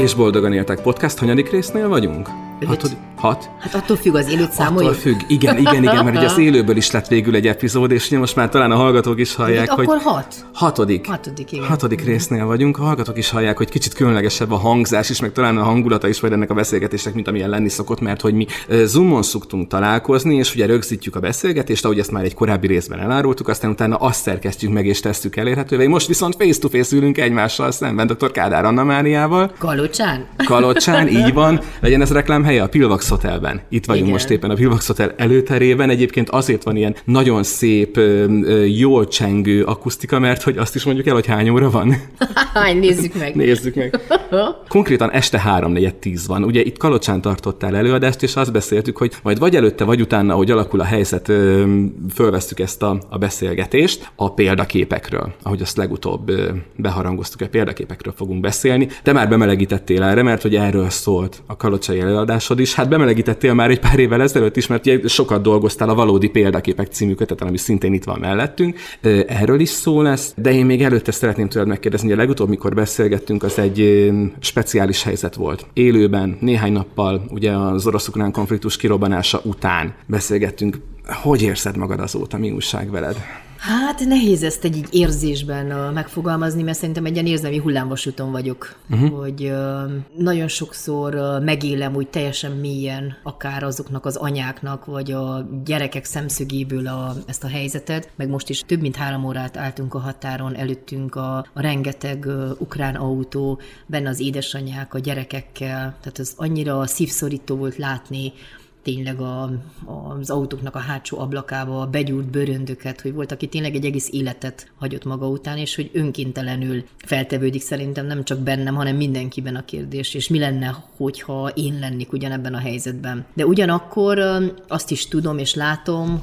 És boldogan éltek podcast, hanyadik résznél vagyunk? 6? Hát attól függ, az élőt számoljuk? Attól függ, igen, mert ugye az élőből is lett végül egy epizód, és ugye most már talán a hallgatók is hallják, hogy... Akkor 6? Hatodik résznél vagyunk, a hallgatók is hallják, hogy kicsit különlegesebb a hangzás is, meg talán a hangulata is vagy ennek a beszélgetésnek, mint amilyen lenni szokott, mert hogy mi Zoomon szoktunk találkozni, és ugye rögzítjük a beszélgetést, ahogy ezt már egy korábbi részben elárultuk, aztán utána azt szerkesztjük meg és tesszük elérhetővé. Most viszont face-to-face ülünk egymással szemben, dr. Kádár Anna Máriával. Kalocsán, így van. Legyen ez reklámhelye a Pilvax Hotelben. Itt vagyunk most éppen a Pilvax Hotel előterében. Egyébként azért van ilyen nagyon szép, jól csengő akusztika, mert hogy azt is mondjuk el, hogy hány óra van. Nézzük meg. Konkrétan este 3:10 van. Ugye itt Kalocsán tartottál előadást, és azt beszéltük, hogy majd vagy előtte, vagy utána, ahogy alakul a helyzet, fölvesztük ezt a beszélgetést a példaképekről. Ahogy azt legutóbb beharangoztuk, a példaképekről fogunk beszélni. Te már bemelegítettél erre, mert hogy erről szólt a kalocsai előadásod is. Hát bemelegítettél már egy pár évvel ezelőtt is, mert ugye sokat dolgoztál a Valódi Példaképek című köteten, ami szintén itt van mellettünk. Erről is szó lesz, de én még előtte szeretném tőled megkérdezni, hogy a legutóbb, mikor beszélgettünk, az egy speciális helyzet volt. Élőben, néhány nappal ugye az orosz-ukrán konfliktus kirobbanása után beszélgettünk. Hogy érzed magad azóta, mi újság veled? Hát nehéz ezt egy érzésben megfogalmazni, mert szerintem egy ilyen érzelmi hullámvasúton vagyok, hogy nagyon sokszor megélem úgy teljesen mélyen, akár azoknak az anyáknak, vagy a gyerekek szemszögéből ezt a helyzetet, meg most is több mint 3 órát álltunk a határon, előttünk a rengeteg ukrán autó, benne az édesanyák, a gyerekekkel, tehát ez annyira szívszorító volt látni, tényleg az autóknak a hátsó ablakába begyúrt bőröndöket, hogy volt, aki tényleg egy egész életet hagyott maga után, és hogy önkéntelenül feltevődik szerintem nem csak bennem, hanem mindenkiben a kérdés, és mi lenne, hogyha én lennék ugyanebben a helyzetben. De ugyanakkor azt is tudom és látom,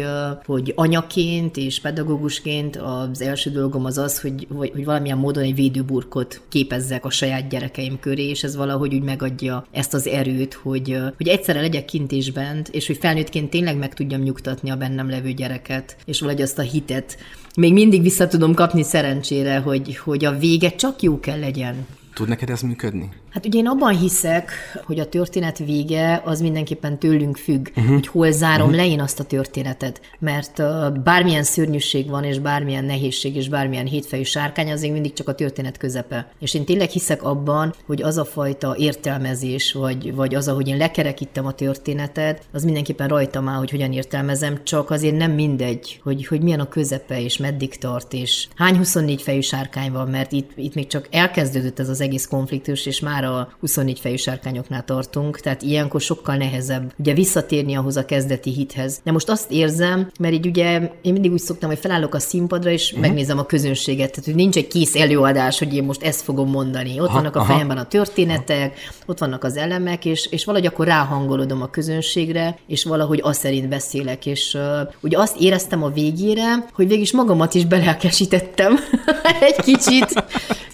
hogy anyaként és pedagógusként az első dolgom az, hogy valamilyen módon egy védőburkot képezzek a saját gyerekeim köré, és ez valahogy úgy megadja ezt az erőt, hogy egyszerre legyek kint és bent, és hogy felnőttként tényleg meg tudjam nyugtatni a bennem levő gyereket, és valahogy azt a hitet még mindig vissza tudom kapni szerencsére, hogy a vége csak jó kell legyen. Tud neked ez működni? Hát ugye én abban hiszek, hogy a történet vége az mindenképpen tőlünk függ, hogy hol zárom le én azt a történetet. Mert bármilyen szörnyűség van, és bármilyen nehézség, és bármilyen hétfejű sárkány, az még mindig csak a történet közepe. És én tényleg hiszek abban, hogy az a fajta értelmezés, vagy az, ahogy én lekerekítem a történetet, az mindenképpen rajtam áll, hogy hogyan értelmezem, csak azért nem mindegy, hogy milyen a közepe, és meddig tart, és hány 24 fejű sárkány van, mert itt még csak elkezdődött ez az egész konfliktus, és már a 24 fejű sárkányoknál tartunk, tehát ilyenkor sokkal nehezebb ugye visszatérni ahhoz a kezdeti hithez. De most azt érzem, mert így ugye én mindig úgy szoktam, hogy felállok a színpadra, és megnézem a közönséget, tehát hogy nincs egy kész előadás, hogy én most ezt fogom mondani. Ott vannak a fejemben a történetek, ott vannak az elemek, és valahogy akkor ráhangolodom a közönségre, és valahogy azt szerint beszélek, és ugye azt éreztem a végére, hogy végig is magamat is belelkesítettem egy kicsit.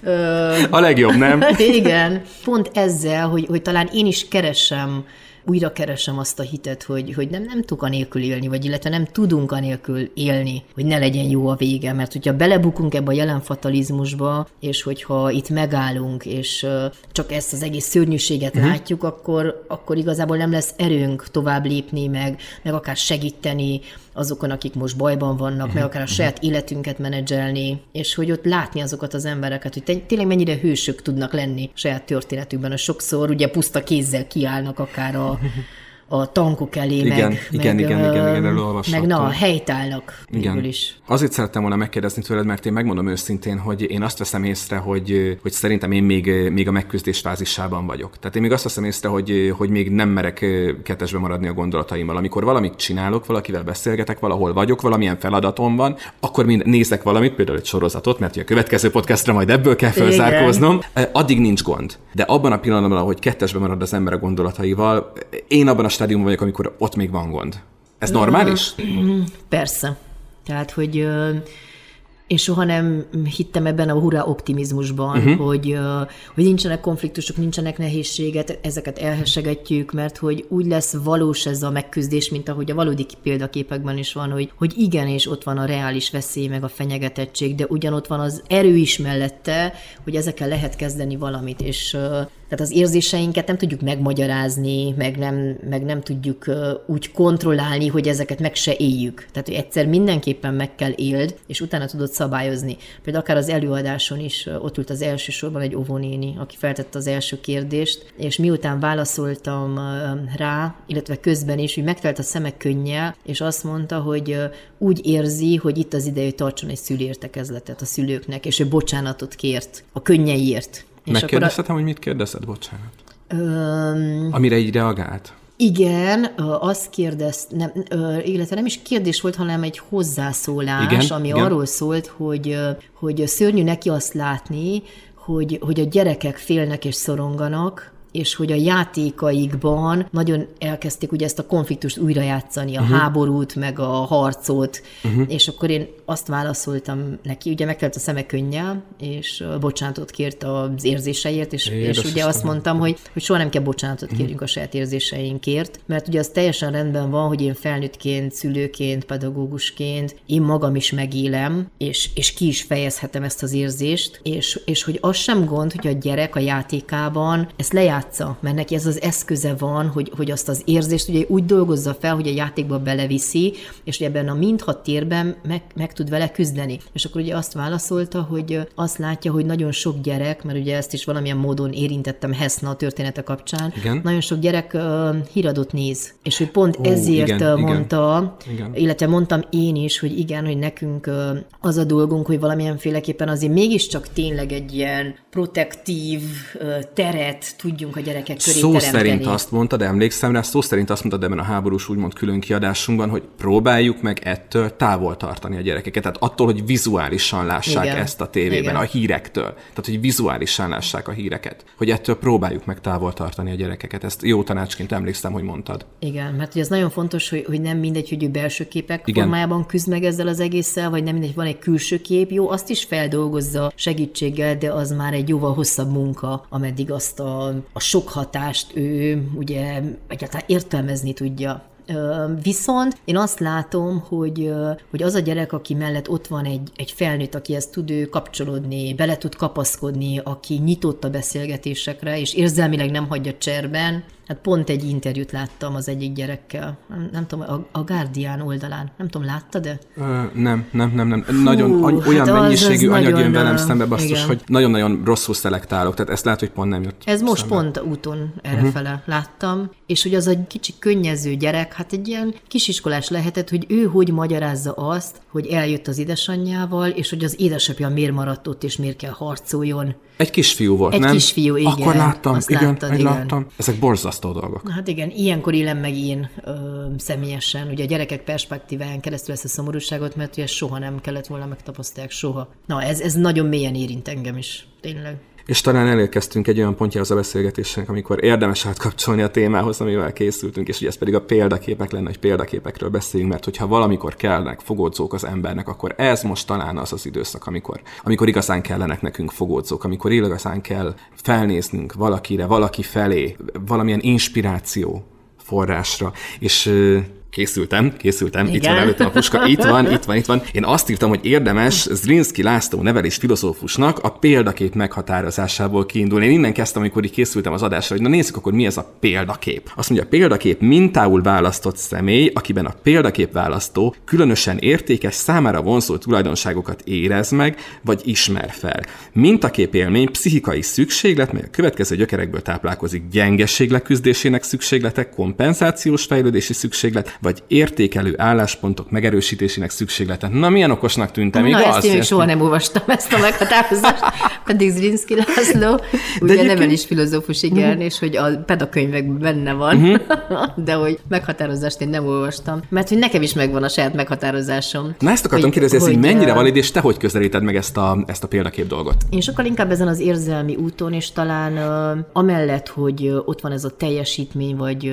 A legjobb, nem? Igen. Pont ezzel, hogy talán én is újra keresem azt a hitet, hogy nem tudunk anélkül élni, vagy illetve nem tudunk anélkül élni, hogy ne legyen jó a vége, mert hogyha belebukunk ebbe a jelen fatalizmusba, és hogyha itt megállunk, és csak ezt az egész szörnyűséget látjuk, akkor igazából nem lesz erőnk tovább lépni, meg akár segíteni azokon, akik most bajban vannak, meg akár a saját életünket menedzselni, és hogy ott látni azokat az embereket, hogy tényleg mennyire hősök tudnak lenni saját történetükben. Sokszor ugye puszta kézzel kiállnak akár a tankok elé, meg helytállnak végül is. Azért szerettem volna megkérdezni tőled, mert én megmondom őszintén, hogy én azt veszem észre, hogy szerintem én még a megküzdés fázisában vagyok. Tehát én még azt veszem észre, hogy még nem merek ketesbe maradni a gondolataimmal. Amikor valamit csinálok, valakivel beszélgetek, valahol vagyok, valamilyen feladatom van, akkor nézek valamit, például egy sorozatot, mert a következő podcastra majd ebből kell felzárkóznom. Addig nincs gond. De abban a pillanatban, ahogy kettesbe marad az ember a gondolataival, én abban a stádiumban vagyok, amikor ott még van gond. Ez normális? Persze. Tehát, hogy én soha nem hittem ebben a hurrá optimizmusban, hogy nincsenek konfliktusok, nincsenek nehézségek, ezeket elhessegetjük, mert hogy úgy lesz valós ez a megküzdés, mint ahogy a valódi példaképekben is van, hogy igenis ott van a reális veszély, meg a fenyegetettség, de ugyanott van az erő is mellette, hogy ezekkel lehet kezdeni valamit, és Tehát az érzéseinket nem tudjuk megmagyarázni, meg nem tudjuk úgy kontrollálni, hogy ezeket meg se éljük. Tehát, hogy egyszer mindenképpen meg kell éld, és utána tudod szabályozni. Például akár az előadáson is ott ült az első sorban egy óvónéni, aki feltette az első kérdést, és miután válaszoltam rá, illetve közben is, hogy megtelt a szeme könnyel, és azt mondta, hogy úgy érzi, hogy itt az ideje, hogy tartson egy szülőértekezletet a szülőknek, és ő bocsánatot kért a könnyeiért. Megkérdezhetem, hogy mit kérdezett, bocsánat? Amire így reagált? Igen, azt kérdeztem, illetve nem is kérdés volt, hanem egy hozzászólás, ami arról szólt, hogy szörnyű neki azt látni, hogy a gyerekek félnek és szoronganak, és hogy a játékaikban nagyon elkezdték ugye ezt a konfliktust újra játszani, a háborút, meg a harcot, és akkor én azt válaszoltam neki, ugye megtelt a szeme könnyel, és bocsánatot kért az érzéseiért, és ugye azt mondtam, hogy soha nem kell bocsánatot kérjünk a saját érzéseinkért, mert ugye az teljesen rendben van, hogy én felnőttként, szülőként, pedagógusként én magam is megélem, és ki is fejezhetem ezt az érzést, és hogy az sem gond, hogy a gyerek a játékában ezt lejátsza, mert neki ez az eszköze van, hogy azt az érzést ugye úgy dolgozza fel, hogy a játékba beleviszi, és ebben a mindhat térben meg tud vele küzdeni. És akkor ugye azt válaszolta, hogy azt látja, hogy nagyon sok gyerek, mert ugye ezt is valamilyen módon érintettem Heszna története kapcsán, nagyon sok gyerek híradót néz. És hogy pont ezért mondta, illetve mondtam én is, hogy igen, hogy nekünk az a dolgunk, hogy valamilyenféleképpen azért mégiscsak tényleg egy ilyen protektív teret tudjunk a gyerekek köré teremteni. Szó szerint azt mondtad, emlékszem rá, szó szerint azt mondtad ebben a háborús úgymond külön kiadásunkban, hogy próbáljuk meg ettől távol tartani a gyerekeket. Tehát attól, hogy vizuálisan lássák ezt a tévében, a hírektől. Tehát, hogy vizuálisan lássák a híreket. Hogy ettől próbáljuk meg távol tartani a gyerekeket. Ezt jó tanácsként emlékszem, hogy mondtad. Igen, mert ugye ez nagyon fontos, hogy nem mindegy, hogy ő belső képek formájában küzd meg ezzel az egésszel, vagy nem mindegy, van egy külső kép, jó, azt is feldolgozza segítséggel, de az már egy jóval hosszabb munka, ameddig azt a sok hatást ő ugye egyáltalán értelmezni tudja. Viszont én azt látom, hogy az a gyerek, aki mellett ott van egy felnőtt, akihez tud ő kapcsolódni, bele tud kapaszkodni, aki nyitott a beszélgetésekre, és érzelmileg nem hagyja cserben. Hát pont egy interjút láttam az egyik gyerekkel. Nem tudom, a Guardian oldalán. Nem tudom, láttad-e? Nem. Nagyon olyan mennyiségű anyag jön velem szembe, basszus, hogy nagyon-nagyon rosszul szelektálok. Tehát ezt lehet, hogy pont nem jött Ez most szembe. Pont úton errefele láttam. És hogy az a kicsi könnyező gyerek, hát egy ilyen kisiskolás lehetett, hogy ő hogy magyarázza azt, hogy eljött az édesanyjával, és hogy az édesapja miért maradt ott, és miért kell harcoljon. Egy kisfiú volt, nem? Egy kisfiú, igen. Akkor láttam, igen. láttam. Ezek borzasztó dolgok. Hát igen, ilyenkor élem meg én személyesen, ugye a gyerekek perspektíváján keresztül ezt a szomorúságot, mert ugye soha nem kellett volna megtapasztalják, soha. Na, ez nagyon mélyen érint engem is, tényleg. És talán elérkeztünk egy olyan pontjához a beszélgetésnek, amikor érdemes átkapcsolni a témához, amivel készültünk, és ugye ez pedig a példaképek lenne, hogy példaképekről beszéljünk, mert hogyha valamikor kellnek fogódzók az embernek, akkor ez most talán az az időszak, amikor igazán kellenek nekünk fogódzók, amikor igazán kell felnéznünk valakire, valaki felé, valamilyen inspiráció forrásra, és Készültem. Itt van előttem a puska. Itt van. Én azt írtam, hogy érdemes Zrinszky László nevelés filozófusnak a példakép meghatározásából kiindulni. Én innen kezdtem, amikor így készültem az adásra, hogy na nézzük, akkor mi ez a példakép. Azt mondja, a példakép mintául választott személy, akiben a példakép választó különösen értékes, számára vonzó tulajdonságokat érez meg, vagy ismer fel. Mintakép élmény pszichikai szükséglet, mely a következő gyökerekből táplálkozik: gyengeség leküzdésének szükséglete, kompenzációs fejlődési szükséglet, vagy értékelő álláspontok megerősítésének szükséglete. Na, milyen okosnak tűntem, igaz? Ezt én még soha nem olvastam, ezt a meghatározást, pedig Zrinszky László, ugye nevelés filozófus, igen, és hogy a pedakönyvekben benne van, de hogy meghatározást én nem olvastam, mert hogy nekem is megvan a saját meghatározásom. Na, ezt akartam kérdezni, hogy mennyire valid, és te hogy közelíted meg ezt a példakép dolgot? Én sokkal inkább ezen az érzelmi úton, és talán amellett, hogy ott van ez a teljesítmény,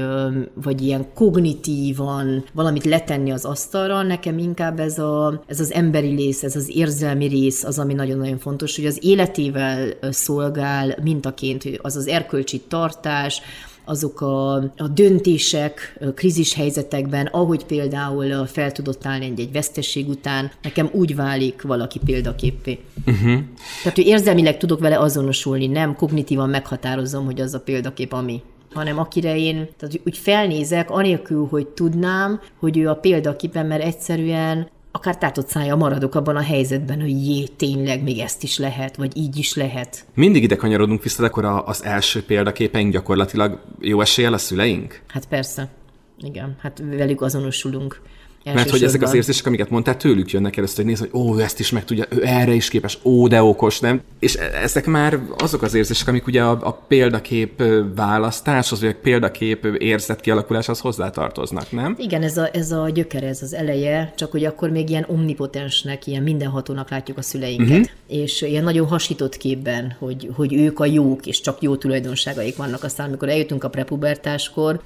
vagy ilyen kognitívan valamit letenni az asztalra, nekem inkább ez az emberi rész, ez az érzelmi rész az, ami nagyon-nagyon fontos, hogy az életével szolgál mintaként, az az erkölcsi tartás, azok a döntések krízis helyzetekben, ahogy például fel tudott állni egy vesztesség után, nekem úgy válik valaki példaképpé. Tehát, hogy érzelmileg tudok vele azonosulni, nem kognitívan meghatározom, hogy az a példakép, ami, hanem akire én tehát úgy felnézek, anélkül, hogy tudnám, hogy ő a példaképen, mert egyszerűen akár tátott szája maradok abban a helyzetben, hogy tényleg még ezt is lehet, vagy így is lehet. Mindig ide kanyarodunk vissza, de akkor az első példaképeink gyakorlatilag jó eséllyel a szüleink? Hát persze. Igen, hát velük azonosulunk. Mert hogy ezek az érzések, amiket mondtál, tőlük jönnek először, hogy néz, hogy ezt is meg tudja, ő erre is képes, de okos, nem? És ezek már azok az érzések, amik ugye a példakép választáshoz, vagy a példakép érzet kialakuláshoz hozzátartoznak, nem? Igen, ez a gyökere, ez az eleje, csak hogy akkor még ilyen omnipotensnek, ilyen mindenhatónak látjuk a szüleinket. És ilyen nagyon hasított képben, hogy ők a jók, és csak jó tulajdonságaik vannak. Aztán, amikor eljutunk a pubertáskor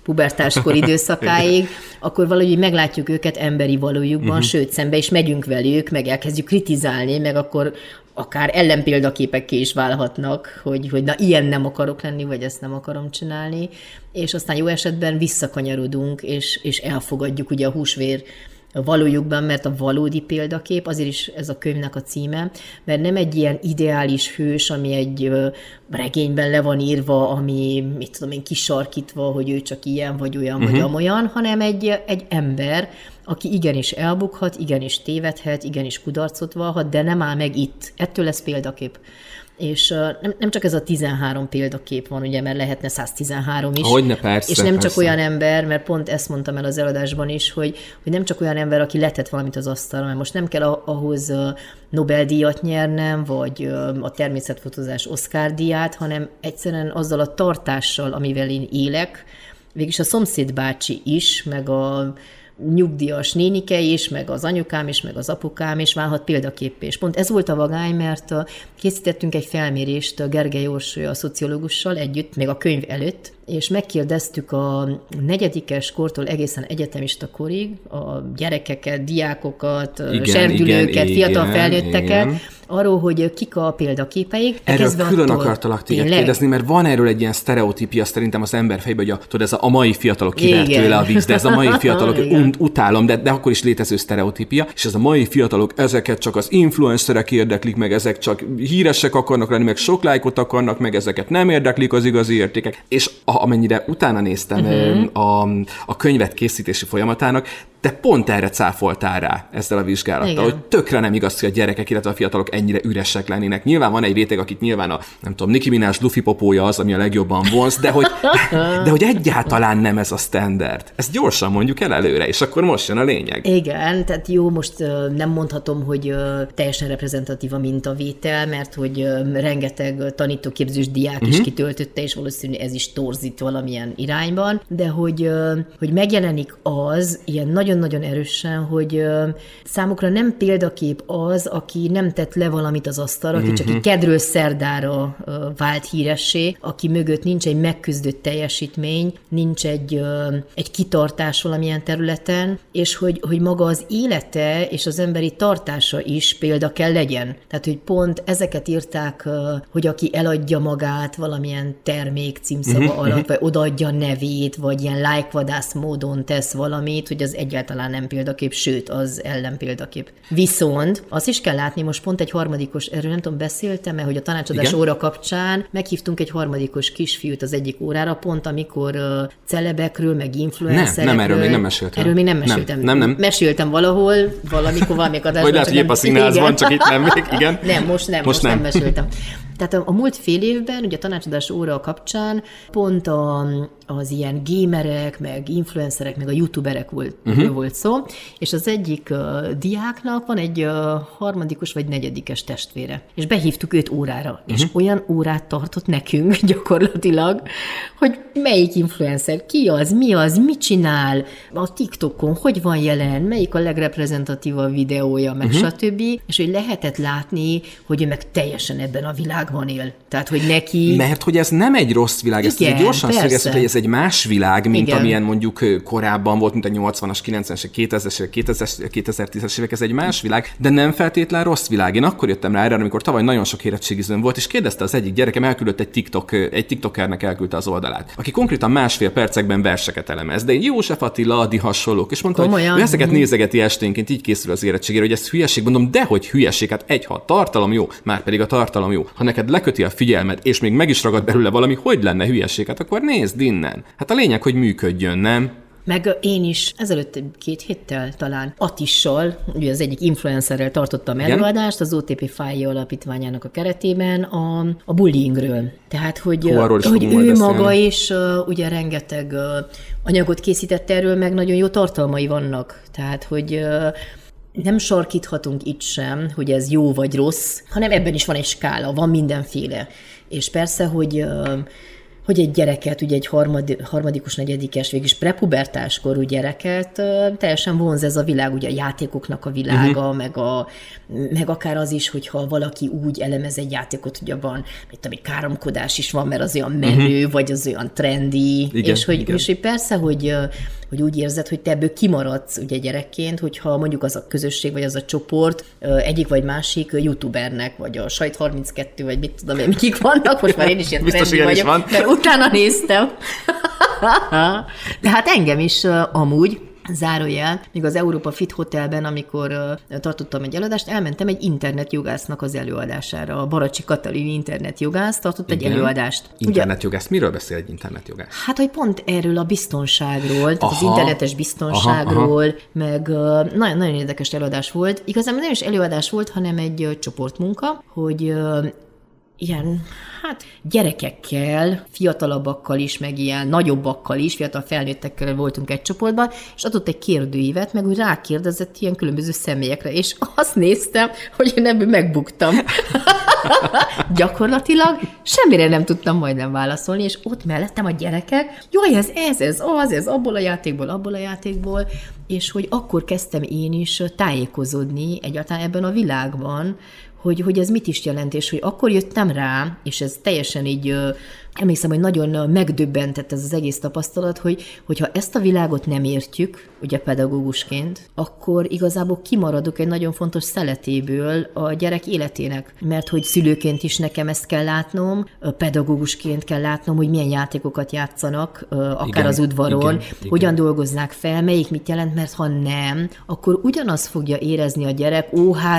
időszakáig, akkor valahogy meglátjuk őket emberi valójukban, sőt, szembe is megyünk velük, meg elkezdjük kritizálni, meg akkor akár ellenpéldaképekké is válhatnak, hogy na ilyen nem akarok lenni, vagy ezt nem akarom csinálni, és aztán jó esetben visszakanyarodunk, és elfogadjuk ugye a húsvér valójukban, mert a valódi példakép, azért is ez a könyvnek a címe, mert nem egy ilyen ideális hős, ami egy regényben le van írva, ami, mit tudom én, kisarkítva, hogy ő csak ilyen, vagy olyan, vagy amolyan, hanem egy ember, aki igenis elbukhat, igenis tévedhet, igenis kudarcot vallhat, de nem áll meg itt. Ettől lesz példakép. És nem csak ez a 13 példakép van, ugye, mert lehetne 113 is. Hogyne, persze, és nem persze. csak olyan ember, mert pont ezt mondtam el az előadásban is, hogy nem csak olyan ember, aki letett valamit az asztalra, mert most nem kell ahhoz Nobel-díjat nyernem, vagy a természetfotózás Oscar-díját, hanem egyszerűen azzal a tartással, amivel én élek, végülis a szomszéd bácsi is, meg a nyugdíjas nénike is, meg az anyukám is, meg az apukám is válhat példaképpé. És pont ez volt a vagány, mert készítettünk egy felmérést Gergely Orsolya, a szociológussal együtt, még a könyv előtt, és megkérdeztük a 4. kortól egészen egyetemista korig a gyerekeket, diákokat, serdülőket, fiatal felnőtteket, arról, hogy kik a példaképeik. Erről külön akartalak téged kérdezni, mert van erről egy ilyen sztereotípia szerintem az ember fejében, hogy ez a mai fiatalok kivert tőle a víz, de ez a mai fiatalok utálom, de akkor is létező sztereotípia, és ez a mai fiatalok, ezeket csak az influencerek érdeklik meg, ezek csak híresek akarnak lenni, meg sok lájkot akarnak, meg ezeket nem érdeklik az igazi értékek. És amennyire utána néztem a könyvet készítési folyamatának, te pont erre cáfoltál rá ezzel a vizsgálattal, hogy tökre nem igaz, hogy a gyerekek, illetve a fiatalok ennyire üresek lennének. Nyilván van egy réteg, akit nyilván nem tudom, Nicki Minaj lufi popója az, ami a legjobban vonz, de hogy egyáltalán nem ez a standard. Ezt gyorsan mondjuk el előre, és akkor most jön a lényeg. Igen, tehát jó, most nem mondhatom, hogy teljesen reprezentatív a mintavétel, mert hogy rengeteg tanítóképzős diák is kitöltötte, és valószínűleg ez is torzít valamilyen irányban, de hogy megjelenik az ilyen nagyon-nagyon erősen, hogy számukra nem példakép az, aki nem tett le valamit az asztalra, aki csak egy kedről szerdára vált híressé, aki mögött nincs egy megküzdött teljesítmény, nincs egy kitartás valamilyen területen, és hogy maga az élete és az emberi tartása is példa kell legyen. Tehát, hogy pont ezeket írták, hogy aki eladja magát valamilyen termék címszava alatt, vagy odaadja nevét, vagy ilyen lájkvadász módon tesz valamit, hogy az egyáltalán nem példakép, sőt, az ellenpéldakép. Viszont azt is kell látni, most pont egy harmadikos, erről nem tudom, beszéltem-e, hogy a tanácsadás óra kapcsán meghívtunk egy harmadikos kisfiút az egyik órára, pont amikor celebekről, meg influencerekről. Nem, erről még nem meséltem. Erről még nem meséltem. Nem. Meséltem valahol, valamikor valamelyik adásban. Vagy lehet, hogy épp a színházban, csak itt nem még, igen. Nem, most nem meséltem. Tehát a múlt fél évben, ugye a tanácsadás óra kapcsán pont az ilyen gamerek, meg influencerek, meg a youtuberek volt szó, és az egyik diáknak van egy harmadikos vagy negyedikes testvére, és behívtuk őt órára, és olyan órát tartott nekünk gyakorlatilag, hogy melyik influencer, ki az, mit csinál, a TikTokon hogy van jelen, melyik a legreprezentatívabb videója, meg stb. És hogy lehetett látni, hogy ő meg teljesen ebben a világban világban él. Tehát, hogy neki... Mert hogy ez nem egy rossz világ, ezt gyorsan szögezzük, hogy ez egy más világ, mint amilyen mondjuk korábban volt, mint a 80-as, 90-es, 2010-es évek, ez egy más világ, de nem feltétlen rossz világ. Én akkor jöttem rá erre, amikor tavaly nagyon sok érettségizőm volt, és kérdezte az egyik gyerekem, elküldött egy TikTokernek elküldte az oldalát, aki konkrétan 1,5 percekben verseket elemez, de József Attila, Adi hasonlók, és mondta, hogy ő ezeket nézegeti esténként, így készül az érettségére, hogy ez hülyeség, mondom, dehogy hülyeség, hát ha a tartalom jó, már pedig a tartalom jó. Ha neked leköti a figyelmed, és még meg is ragad belőle valami, hogy lenne hülyeség, hát akkor nézd innen. Hát a lényeg, hogy működjön, nem? Meg én is ezelőtt 2 héttel talán Attissal, ugye az egyik influencerrel tartottam előadást az OTP FAI alapítványának a keretében a bullyingről. Tehát, hogy ő maga is ugye rengeteg anyagot készített erről, meg nagyon jó tartalmai vannak. Tehát, hogy nem sarkíthatunk itt sem, hogy ez jó vagy rossz, hanem ebben is van egy skála, van mindenféle. És persze, hogy egy gyereket, ugye egy harmadikus, negyedikes, végülis prepubertáskorú gyereket teljesen vonz ez a világ, ugye a játékoknak a világa, meg akár az is, hogyha valaki úgy elemez egy játékot, hogy abban egy káromkodás is van, mert az olyan menő, vagy az olyan trendi, igen, és hogy persze, hogy úgy érzed, hogy te ebből kimaradsz ugye gyerekként, hogyha mondjuk az a közösség, vagy az a csoport egyik vagy másik youtubernek, vagy a Sajt 32, vagy mit tudom én, kik vannak, most már én is ilyen trendi vagyok, mert utána néztem. De hát engem is amúgy, zárójel, még az Európa Fit Hotelben, amikor tartottam egy előadást, elmentem egy internetjogásznak az előadására. A Baracsi Katalin internetjogász tartott egy előadást. Internetjogász? Miről beszél egy internetjogász? Hát, hogy pont erről a biztonságról, tehát az internetes biztonságról, meg nagyon érdekes előadás volt. Igazából nem is előadás volt, hanem egy csoportmunka, hogy ilyen, gyerekekkel, fiatalabbakkal is, meg ilyen nagyobbakkal is, fiatal felnőttekkel voltunk egy csoportban, és adott egy kérdőívet, meg úgy rákérdezett ilyen különböző személyekre, és azt néztem, hogy én ebből megbuktam. Gyakorlatilag semmire nem tudtam majdnem válaszolni, és ott mellettem a gyerekek, jaj, ez abból a játékból, és hogy akkor kezdtem én is tájékozódni egyáltalán ebben a világban, hogy ez mit is jelent, és hogy akkor jöttem rá, és ez teljesen így, emlékszem, hogy nagyon megdöbbentett ez az egész tapasztalat, hogyha ezt a világot nem értjük, ugye pedagógusként, akkor igazából kimaradok egy nagyon fontos szeletéből a gyerek életének. Mert hogy szülőként is nekem ezt kell látnom, pedagógusként kell látnom, hogy milyen játékokat játszanak, akár igen, az udvaron, igen. Hogyan dolgozzák fel, melyik mit jelent, mert ha nem, akkor ugyanaz fogja érezni a gyerek,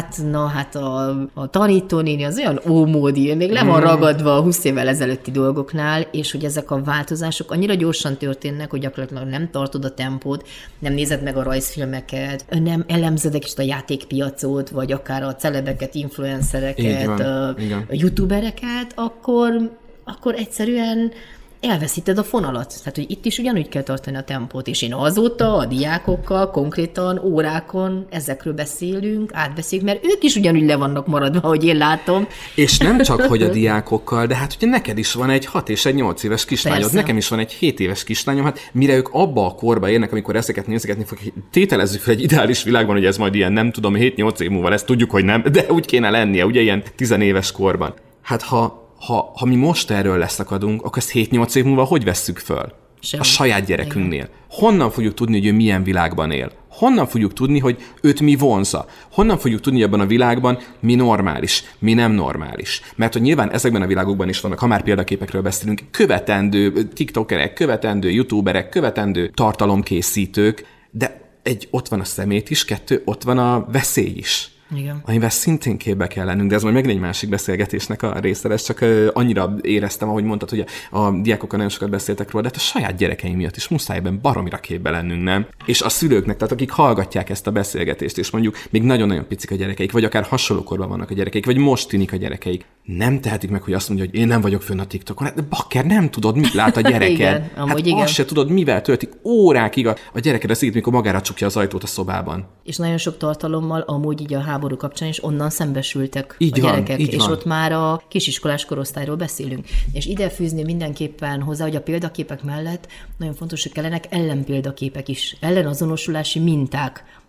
a tanítónéni az olyan ómódi, még le van ragadva a 20 évvel ezelőtti dolgoknál, és hogy ezek a változások annyira gyorsan történnek, hogy gyakorlatilag nem tartod a tempót, nem nézed meg a rajzfilmeket, nem elemzed is a játékpiacot, vagy akár a celebeket, influencereket, youtubereket, akkor egyszerűen elveszíted a fonalat. Tehát, hogy itt is ugyanúgy kell tartani a tempót, és én azóta a diákokkal konkrétan órákon ezekről átbeszélünk, mert ők is ugyanúgy le vannak maradva, ahogy én látom. És nem csak, hogy a diákokkal, de hát ugye neked is van egy 6 és egy 8 éves kislányod, persze. Nekem is van egy 7 éves kislányom, hát mire ők abba a korba érnek, amikor ezeket nézegetni fogják, tételezzük fel egy ideális világban, hogy ez majd ilyen, nem tudom, 7-8 év múlva lesz, tudjuk, hogy nem, de úgy kéne lennie, ugye ilyen 10 éves korban. Hát ha mi most erről leszakadunk, akkor ezt 7-8 év múlva hogy vesszük föl? A saját gyerekünknél. Honnan fogjuk tudni, hogy ő milyen világban él? Honnan fogjuk tudni, hogy őt mi vonza? Honnan fogjuk tudni, hogy ebben a világban mi normális, mi nem normális? Mert hogy nyilván ezekben a világokban is vannak, ha már példaképekről beszélünk, követendő tiktokerek, követendő youtuberek, követendő tartalomkészítők, de ott van a szemét is, 2, ott van a veszély is. Igen. Amivel szintén képbe kell lennünk, de ez majd megint egy másik beszélgetésnek a része lesz, csak annyira éreztem, ahogy mondtad, hogy a diákokkal nagyon sokat beszéltek róla, de hát a saját gyerekeim miatt is muszáj ebben baromira képbe lennünk, nem? És a szülőknek, tehát akik hallgatják ezt a beszélgetést, és mondjuk még nagyon-nagyon picik a gyerekeik, vagy akár hasonló korban vannak a gyerekeik, vagy most tűnik a gyerekeik, nem tehetik meg, hogy azt mondja, hogy én nem vagyok fönn a TikTokon. Hát bakker, nem tudod, mit lát a gyereked. Igen, igen. Azt se tudod, mivel töltik órákig a gyereked az mikor magára csukja az ajtót a szobában. És nagyon sok tartalommal amúgy így a háború kapcsán is onnan szembesültek így a gyerekek, van, és ott már a kisiskolás korosztályról beszélünk. És ide fűzni mindenképpen hozzá, hogy a példaképek mellett nagyon fontos, hogy kellenek ellenpéldaképek is, ellenazonosulási minták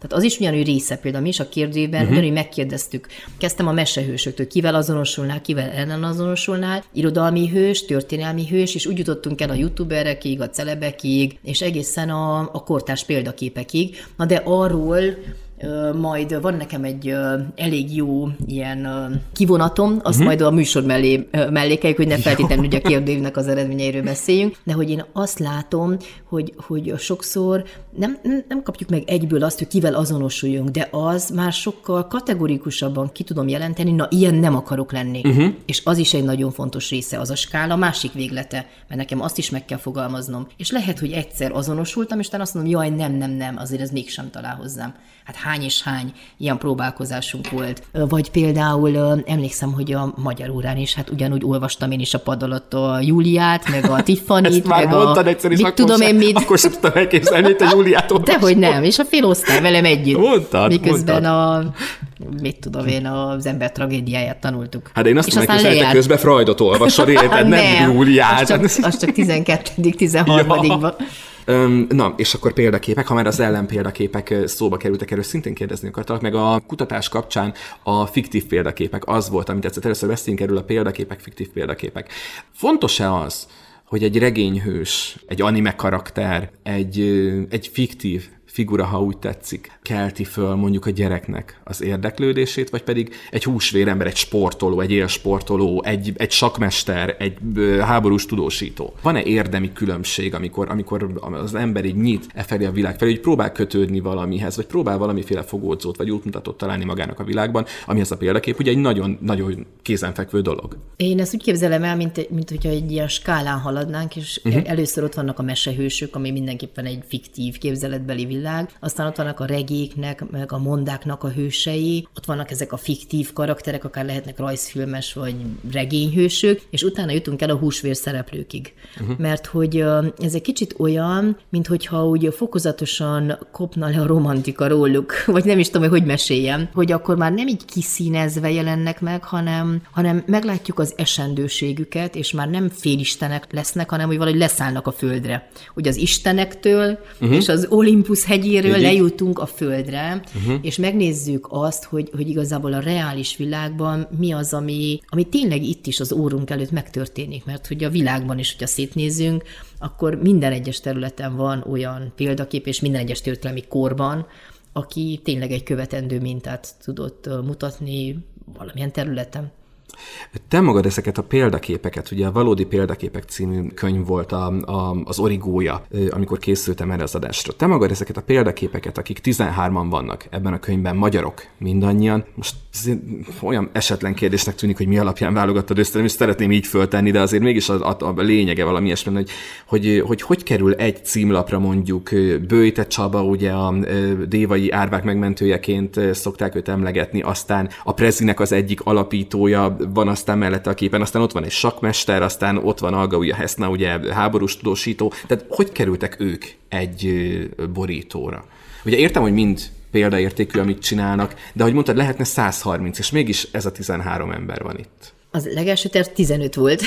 Tehát az is ugyanúgy része, például mi is a kérdőjében, ugyanúgy megkérdeztük. Kezdtem a mesehősöktől, kivel azonosulnál, kivel ellen azonosulnál, irodalmi hős, történelmi hős, és úgy jutottunk el a youtuberekig, a celebekig, és egészen a kortárs példaképekig. Na de arról majd van nekem egy elég jó ilyen kivonatom, azt majd a műsor mellé mellékeljük, hogy ne feltétlenül ugye a kérdőívnek az eredményeiről beszéljünk, de hogy én azt látom, hogy sokszor nem kapjuk meg egyből azt, hogy kivel azonosuljunk, de az már sokkal kategorikusabban ki tudom jelenteni, na ilyen nem akarok lenni. És az is egy nagyon fontos része, az a skála másik véglete, mert nekem azt is meg kell fogalmaznom. És lehet, hogy egyszer azonosultam, és utána azt mondom, jaj, nem, azért ez mégsem talál hozzám. Hát hány és hány ilyen próbálkozásunk volt. Vagy például emlékszem, hogy a magyar órán is, hát ugyanúgy olvastam én is a pad alatt a Júliát, meg a Tiffanyt, meg a... Mit tudom én mit... Akkor sem tudtam elképzelni, hogy a Júliát olvastam. Dehogy nem, és a fél osztály velem együtt. Miközben mondtad. Mit tudom én, az ember tragédiáját tanultuk. Hát én azt tudom, hogy te közben Freudot olvasod, érted? Nem Júliát. Az csak 12.-13. Na, és akkor példaképek, ha már az ellenpéldaképek szóba kerültek, erről szintén kérdezni akartalak, meg a kutatás kapcsán a fiktív példaképek az volt, amit tetszett. Először beszéljünk erről a példaképek, fiktív példaképek. Fontos-e az, hogy egy regényhős, egy anime karakter, egy fiktív figura, ha úgy tetszik, kelti föl mondjuk a gyereknek az érdeklődését, vagy pedig egy húsvérember, egy sportoló, egy élsportoló, egy sakmester, egy háborús tudósító. Van-e érdemi különbség, amikor az ember így nyit felé a világ felé, hogy próbál kötődni valamihez, vagy próbál valamiféle fogódzót, vagy útmutatót találni magának a világban, amihez a példakép ugye egy nagyon-nagyon kézenfekvő dolog. Én ezt úgy képzelem el, mint hogyha egy ilyen skálán haladnánk, és először ott vannak a mesehősök, ami mindenképpen egy fiktív képzeletbeli világ, aztán ott vannak a regéknek, meg a mondáknak a hősei, ott vannak ezek a fiktív karakterek, akár lehetnek rajzfilmes vagy regényhősök, és utána jutunk el a húsvér szereplőkig. Mert hogy ez egy kicsit olyan, minthogyha úgy fokozatosan kopna le a romantika róluk, vagy nem is tudom, hogy meséljem, hogy akkor már nem így kiszínezve jelennek meg, hanem meglátjuk az esendőségüket, és már nem félistenek lesznek, hanem hogy valahogy leszállnak a földre. Ugye az istenektől és az Olympus hegyéről lejutunk a földre, és megnézzük azt, hogy igazából a reális világban mi az, ami tényleg itt is az órunk előtt megtörténik, mert hogy a világban is, hogyha szétnézzünk, akkor minden egyes területen van olyan példakép, és minden egyes történelmi korban, aki tényleg egy követendő mintát tudott mutatni valamilyen területen. Te magad ezeket a példaképeket, ugye a Valódi példaképek című könyv volt az origója, amikor készültem erre az adásra. Te magad ezeket a példaképeket, akik 13-an vannak ebben a könyvben, magyarok mindannyian, most olyan esetlen kérdésnek tűnik, hogy mi alapján válogattad össze, és szeretném így föltenni, de azért mégis a lényege valami ilyesmi, hogy kerül egy címlapra mondjuk Böjte Csaba, ugye a dévai árvák megmentőjeként szokták őt emlegetni, aztán a Prezinek az egyik alapítója van aztán mellette a képen, aztán ott van egy sakmester, aztán ott van Algaúja Heszna, ugye háborús tudósító. Tehát hogy kerültek ők egy borítóra? Ugye értem, hogy mind példaértékű, amit csinálnak, de ahogy mondtad, lehetne 130, és mégis ez a 13 ember van itt. Az legelső terv 15 volt.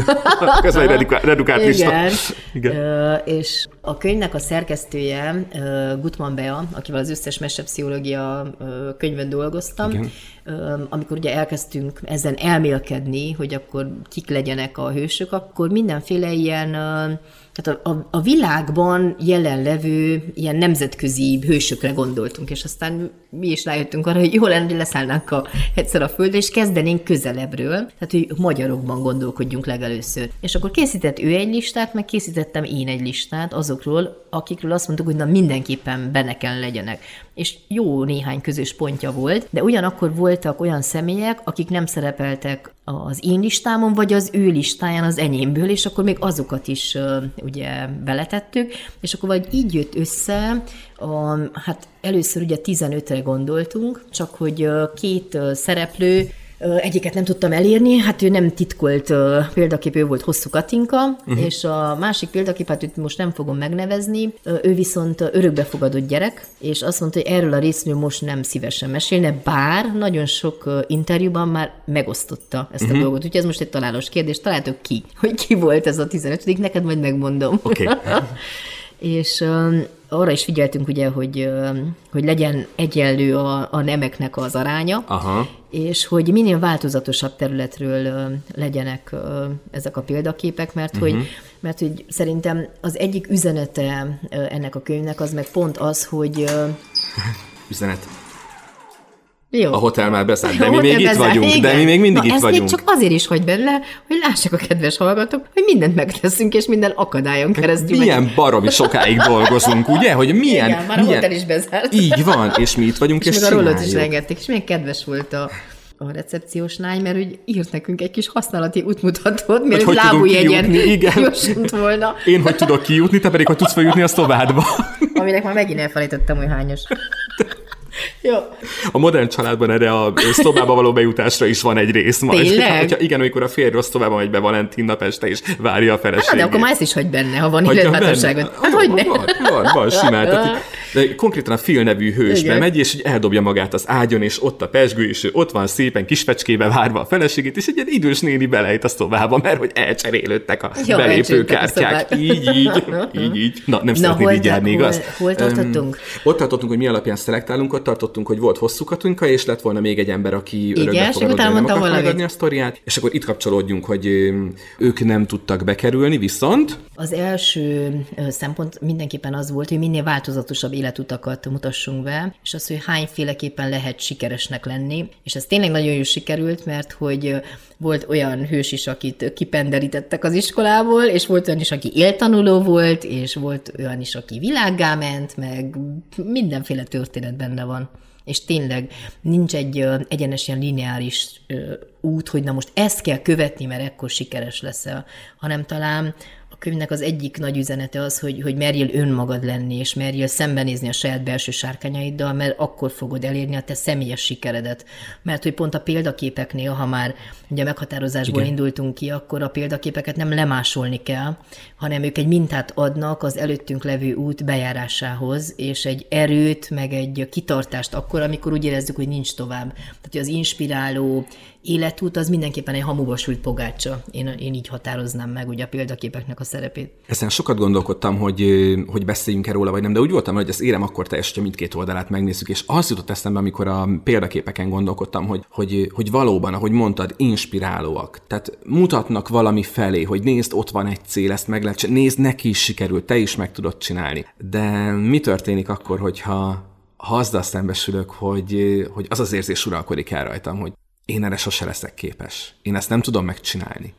Ez egy redukált lista. Igen. És a könyvnek a szerkesztője, Gutmann Bea, akivel az összes mesepszichológia könyvön dolgoztam, igen. Amikor ugye elkezdtünk ezen elmélkedni, hogy akkor kik legyenek a hősök, akkor mindenféle ilyen, tehát a világban jelenlevő ilyen nemzetközi hősökre gondoltunk, és aztán mi is rájöttünk arra, hogy jó lenne, hogy leszállnánk egyszer a földre, és kezdenénk közelebbről, tehát hogy magyarokban gondolkodjunk legelőször. És akkor készített ő egy listát, meg készítettem én egy listát azokról, akikről azt mondtuk, hogy na mindenképpen benne kell legyenek. És jó néhány közös pontja volt, de ugyanakkor voltak olyan személyek, akik nem szerepeltek az én listámon, vagy az ő listáján az enyémből, és akkor még azokat is ugye beletettük, és akkor vagy így jött össze, hát először ugye 15-re gondoltunk, csak hogy két szereplő, egyiket nem tudtam elérni, hát ő nem titkolt példakép, ő volt Hosszú Katinka, és a másik példakép, hát őt most nem fogom megnevezni, ő viszont örökbefogadott gyerek, és azt mondta, hogy erről a részről most nem szívesen mesélne, bár nagyon sok interjúban már megosztotta ezt a dolgot. Úgyhogy ez most egy találós kérdés, találtok ki, hogy ki volt ez a 15. neked majd megmondom. Okay. És arra is figyeltünk ugye, hogy legyen egyenlő a nemeknek az aránya, és hogy minél változatosabb területről legyenek ezek a példaképek, mert hogy szerintem az egyik üzenete ennek a könyvnek az meg pont az, hogy... Üzenet. Jó. A hotel már beszállt, de mi még itt vagyunk, igen. De mi még mindig itt vagyunk. Ezt még csak azért is hagy benne, hogy lássák a kedves hallgatók, hogy mindent megteszünk, és minden akadályon keresztül. Milyen baromi sokáig dolgozunk, ugye? Hogy milyen... Igen, már a hotel is bezárt. Így van, és mi itt vagyunk, és csináljuk. És még a rollot is rengették, és milyen kedves volt a recepciós lány, mert úgy írt nekünk egy kis használati útmutatót, mert egy lábújegyen jósult volna. Én hogy tudok kijutni, te pedig hogy tudsz feljutni a szobádba. Aminek már megint elfelejtettem, hogy hányos. Jó. A modern családban erre a szobába való bejutásra is van egy rész majd. Tényleg? Igen, amikor a férj rossz szobába megy be Valentin nap este, és várja a feleségét. De akkor már ezt is hagy benne, ha van illetmátosságot. Hát hogy ne? Van simán. De konkrétan a Phil nevű hős bemegy, és így eldobja magát az ágyon, és ott a pezsgő, és ő ott van szépen kisfecskébe várva a feleségét, és egy ilyen idős néni belejt a szobába, mert hogy elcserélődtek a belépőkártyák. Így. Na, nem szeretnéd így járni, igaz? Hol tartottunk? Ott tartottunk, hogy mi alapján szelektálunk, ott tartottunk, hogy volt hosszú Katinka, és lett volna még egy ember, aki örökbe fogadott, nem akart megadni a sztoriát, és akkor itt kapcsolódjunk, hogy ők nem tudtak bekerülni, viszont... Az első szempont mindenképpen az volt, hogy minél változatosabb életutakat mutassunk be, és az, hogy hányféleképpen lehet sikeresnek lenni, és ez tényleg nagyon jól sikerült, mert hogy volt olyan hős is, akit kipenderítettek az iskolából, és volt olyan is, aki éltanuló volt, és volt olyan is, aki világgá ment, meg mindenféle történet benne van. És tényleg nincs egy egyenes ilyen lineáris út, hogy na most ezt kell követni, mert ekkor sikeres leszel, hanem talán a könyvnek az egyik nagy üzenete az, hogy merjél önmagad lenni, és merjél szembenézni a saját belső sárkányaiddal, mert akkor fogod elérni a te személyes sikeredet. Mert hogy pont a példaképeknél, ha már ugye meghatározásból indultunk ki, akkor a példaképeket nem lemásolni kell, hanem ők egy mintát adnak az előttünk levő út bejárásához, és egy erőt, meg egy kitartást akkor, amikor úgy érezzük, hogy nincs tovább. Tehát az inspiráló életút az mindenképpen egy hamuba sült pogácsa. Én így határoznám meg ugye a példaképeknek a szerepét. Ezen sokat gondolkodtam, hogy beszéljünk róla, vagy nem, de úgy voltam, hogy ezt érem akkor teljesen, hogy mindkét oldalát megnézzük, és az jutott eszembe, amikor a példaképeken gondolkodtam, hogy valóban, ahogy mondtad, inspirálóak. Tehát mutatnak valami felé, hogy nézd, ott van egy cél, ezt meg lehet csinálni, nézd, neki is sikerült, te is meg tudod csinálni. De mi történik akkor, hogyha azzal szembesülök, hogy az az érzés uralkodik el rajtam, hogy én erre sose leszek képes. Én ezt nem tudom megcsinálni.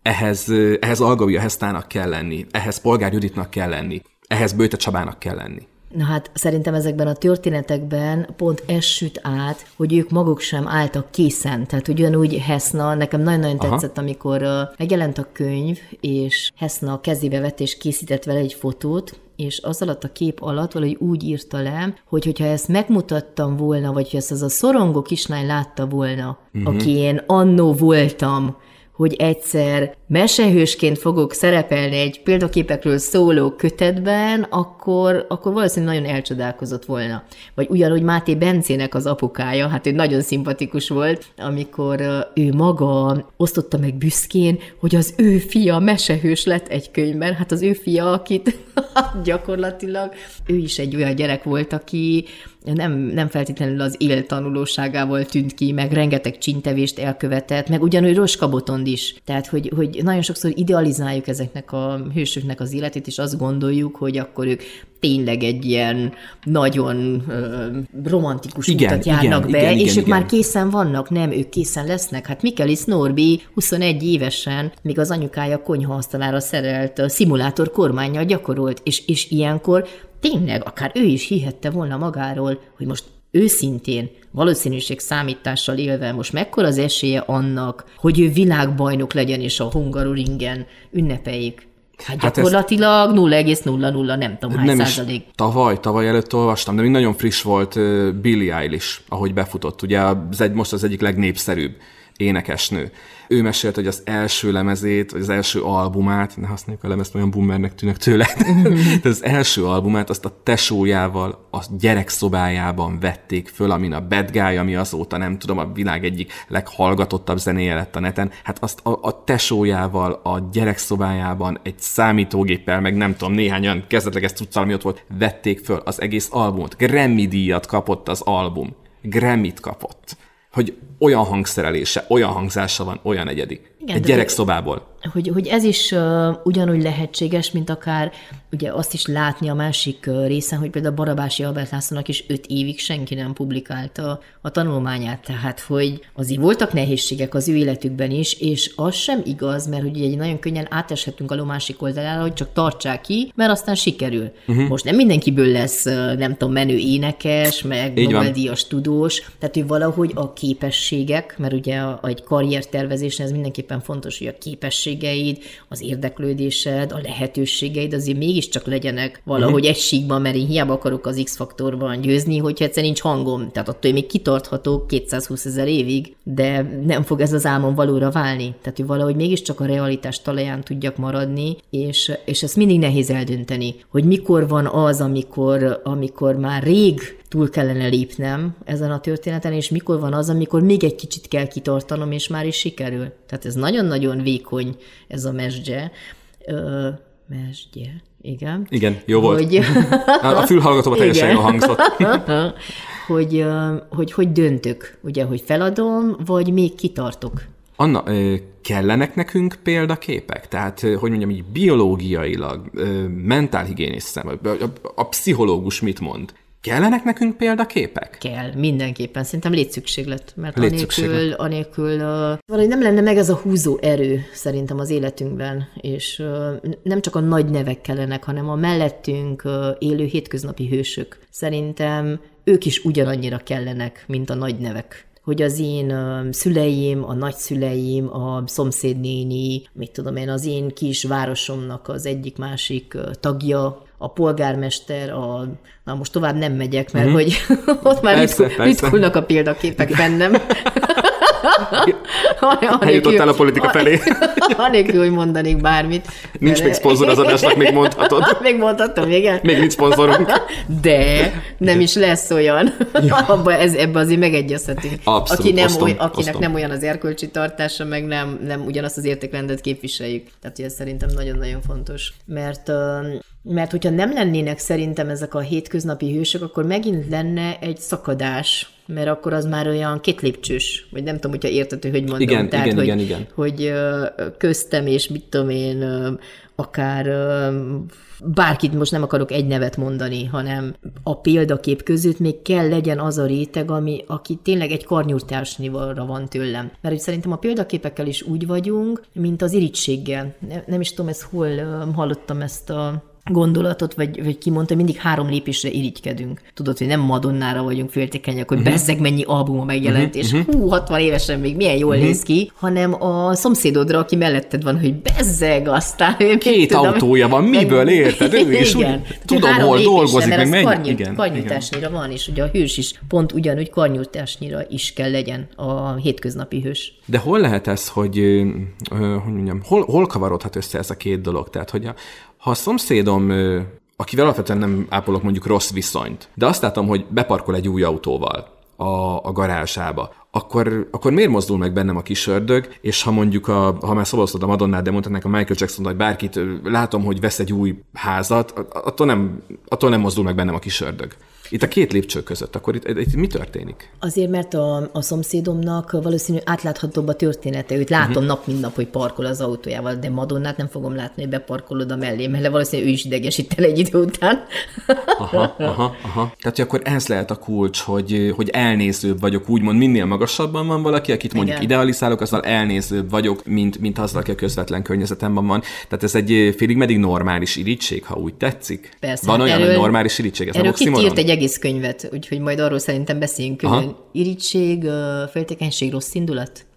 Ehhez Algavi Hesztának kell lenni, ehhez Polgár Juditnak kell lenni, ehhez Böjte Csabának kell lenni. Na hát szerintem ezekben a történetekben pont ez süt át, hogy ők maguk sem álltak készen. Tehát ugyanúgy Heszna, nekem nagyon-nagyon tetszett, amikor megjelent a könyv, és Heszna kezébe vett és készített vele egy fotót, és az alatt a kép alatt valahogy úgy írta le, hogy hogyha ezt megmutattam volna, vagy hogy ezt az a szorongó kislány látta volna, aki én annó voltam, hogy egyszer mesehősként fogok szerepelni egy példaképekről szóló kötetben, akkor valószínűleg nagyon elcsodálkozott volna. Vagy ugyanúgy Máté Bencének az apukája, hát ő nagyon szimpatikus volt, amikor ő maga osztotta meg büszkén, hogy az ő fia mesehős lett egy könyvben, hát az ő fia, akit gyakorlatilag ő is egy olyan gyerek volt, aki nem feltétlenül az éltanulóságával tűnt ki, meg rengeteg csíntevést elkövetett, meg ugyanúgy Roska Botond is. Tehát, hogy nagyon sokszor idealizáljuk ezeknek a hősöknek az életét, és azt gondoljuk, hogy akkor ők tényleg egy ilyen nagyon romantikus utat járnak be, és ők már készen vannak, nem, ők készen lesznek. Hát Mikelis Norbi 21 évesen, míg az anyukája konyhaasztalára szerelt szimulátor kormánnyal gyakorolt, és ilyenkor tényleg akár ő is hihette volna magáról, hogy most őszintén, valószínűség számítással élve most mekkora az esélye annak, hogy ő világbajnok legyen, és a Hungaroringen ünnepeljék. Hát gyakorlatilag 0,00 nem tudom hány százalék. Tavaly előtt olvastam, de még nagyon friss volt Billie Eilish, ahogy befutott. Ugye most az egyik legnépszerűbb énekesnő. Ő mesélt, hogy az első lemezét, vagy az első albumát, ne használjuk a lemezt, olyan boomernek tűnök tőle, de az első albumát azt a tesójával a gyerekszobájában vették föl, amin a Bad Guy, ami azóta nem tudom, a világ egyik leghallgatottabb zenéje lett a neten, hát azt a tesójával a gyerekszobájában egy számítógéppel, meg nem tudom, néhány olyan kezdetleges cuccal, ami ott volt, vették föl az egész albumot. Grammy-díjat kapott az album. Grammyt kapott. Hogy olyan hangszerelése, olyan hangzása van, olyan egyedi. Igen, egy gyerekszobából. Hogy ez is ugyanúgy lehetséges, mint akár ugye azt is látni a másik részen, hogy például Barabási Albert Lászlónak is 5 évig senki nem publikálta a tanulmányát. Tehát, hogy azért voltak nehézségek az ő életükben is, és az sem igaz, mert ugye egy nagyon könnyen áteshetünk a ló másik oldalára, hogy csak tartsák ki, mert aztán sikerül. Most nem mindenkiből lesz, nem tudom, menő énekes, meg Nobel-díjas tudós, tehát, hogy valahogy a képességek, mert ugye egy karriertervezésnél ez mindenképpen fontos, hogy a képességeid, az érdeklődésed, a lehetőségeid azért mégiscsak legyenek valahogy egy síkban, mert én hiába akarok az X-faktorban győzni, hogyha egyszer nincs hangom. Tehát attól még kitarthatok 220 000 évig, de nem fog ez az álmom valóra válni. Tehát, hogy valahogy mégiscsak a realitás talaján tudjak maradni, és ezt mindig nehéz eldönteni, hogy mikor van az, amikor már rég túl kellene lépnem ezen a történeten, és mikor van az, amikor még egy kicsit kell kitartanom, és már is sikerül. Tehát ez nagyon-nagyon vékony, ez a mesdje. Mesdje, igen. Igen, jó volt. A fülhallgatóban teljesen jól hangzott. hogy döntök, ugye, hogy feladom, vagy még kitartok. Anna, kellenek nekünk példaképek? Tehát, hogy mondjam, így biológiailag, mentálhigiénisz szemben, a pszichológus mit mond? Kellenek nekünk példaképek? Kell, mindenképpen. Szerintem létszükséglet. Mert anélkül valahogy nem lenne meg ez a húzó erő szerintem az életünkben, és nem csak a nagy nevek kellenek, hanem a mellettünk élő hétköznapi hősök. Szerintem ők is ugyanannyira kellenek, mint a nagy nevek. Hogy az én szüleim, a nagyszüleim, a szomszédnéni, mit tudom én, az én kis városomnak az egyik-másik tagja, a polgármester, na most tovább nem megyek, mert hogy ott már ritkulnak a példaképek bennem. Eljutottál a politika felé. Anélkül, hogy mondanék bármit. Nincs még szponzor az adásnak, még mondhatod. Még mondhatom, igen. Még nincs szponzorunk. De nem is lesz olyan. Ebbe azért megegyezhetünk. Abszolút, akinek nem olyan az erkölcsi tartása, meg nem ugyanazt az értékrendet képviseljük. Tehát ez szerintem nagyon-nagyon fontos. Mert hogyha nem lennének szerintem ezek a hétköznapi hősök, akkor megint lenne egy szakadás, mert akkor az már olyan kétlépcsős, vagy nem tudom, hogyha értető, hogy mondom. Igen, tehát, igen. Hogy köztem, és mit tudom én, akár bárkit, most nem akarok egy nevet mondani, hanem a példakép között még kell legyen az a réteg, aki tényleg egy karnyújtásnyira van tőlem. Mert hogy szerintem a példaképekkel is úgy vagyunk, mint az irigységgel. Nem is tudom, hol hallottam ezt a gondolatot, vagy ki mondta, mindig 3 lépésre irigykedünk. Tudod, hogy nem Madonnára vagyunk féltékenyek, hogy bezzeg mennyi albuma megjelent, és 60 évesen még milyen jól néz ki, hanem a szomszédodra, aki melletted van, hogy bezzeg, aztán... 2 autója van, miből érted? Ő is úgy, tudom, hol dolgozik, meg mennyi. Karnyújtásnyira van, és ugye a hős is pont ugyanúgy karnyújtásnyira is kell legyen a hétköznapi hős. De hol lehet ez, hogy mondjam, hol kavarodhat össze ez a 2 dolog? Tehát, hogy ha a szomszédom, akivel alapvetően nem ápolok mondjuk rossz viszonyt, de azt látom, hogy beparkol egy új autóval a garázsába, akkor miért mozdul meg bennem a kis ördög, és ha mondjuk, ha már szavaztad a Madonnát, de mondhatnák a Michael Jackson, vagy bárkit, látom, hogy vesz egy új házat, attól nem mozdul meg bennem a kis ördög. Itt a 2 lépcső között, akkor itt mi történik? Azért, mert a szomszédomnak valószínűleg átláthatóbb a története. Őt látom nap mint nap, hogy parkol az autójával, de Madonnát nem fogom látni, hogy beparkol oda mellé, mert valószínűleg ő is idegesít el egy idő után. Aha. Tehát, hogy akkor ez lehet a kulcs, hogy elnézőbb vagyok, úgymond minél magasabban van valaki, akit mondjuk idealizálok, azzal elnézőbb vagyok, mint azzal, aki a közvetlen környezetemben van. Tehát ez egy félig meddig normális irigység, ha úgy tetszik. Persze. Van olyan, hogy normális irigység, ez a oximoron? Írt egy egész könyvet, úgyhogy majd arról szerintem beszéljünk külön. Irigység, féltékenység, rossz indulat?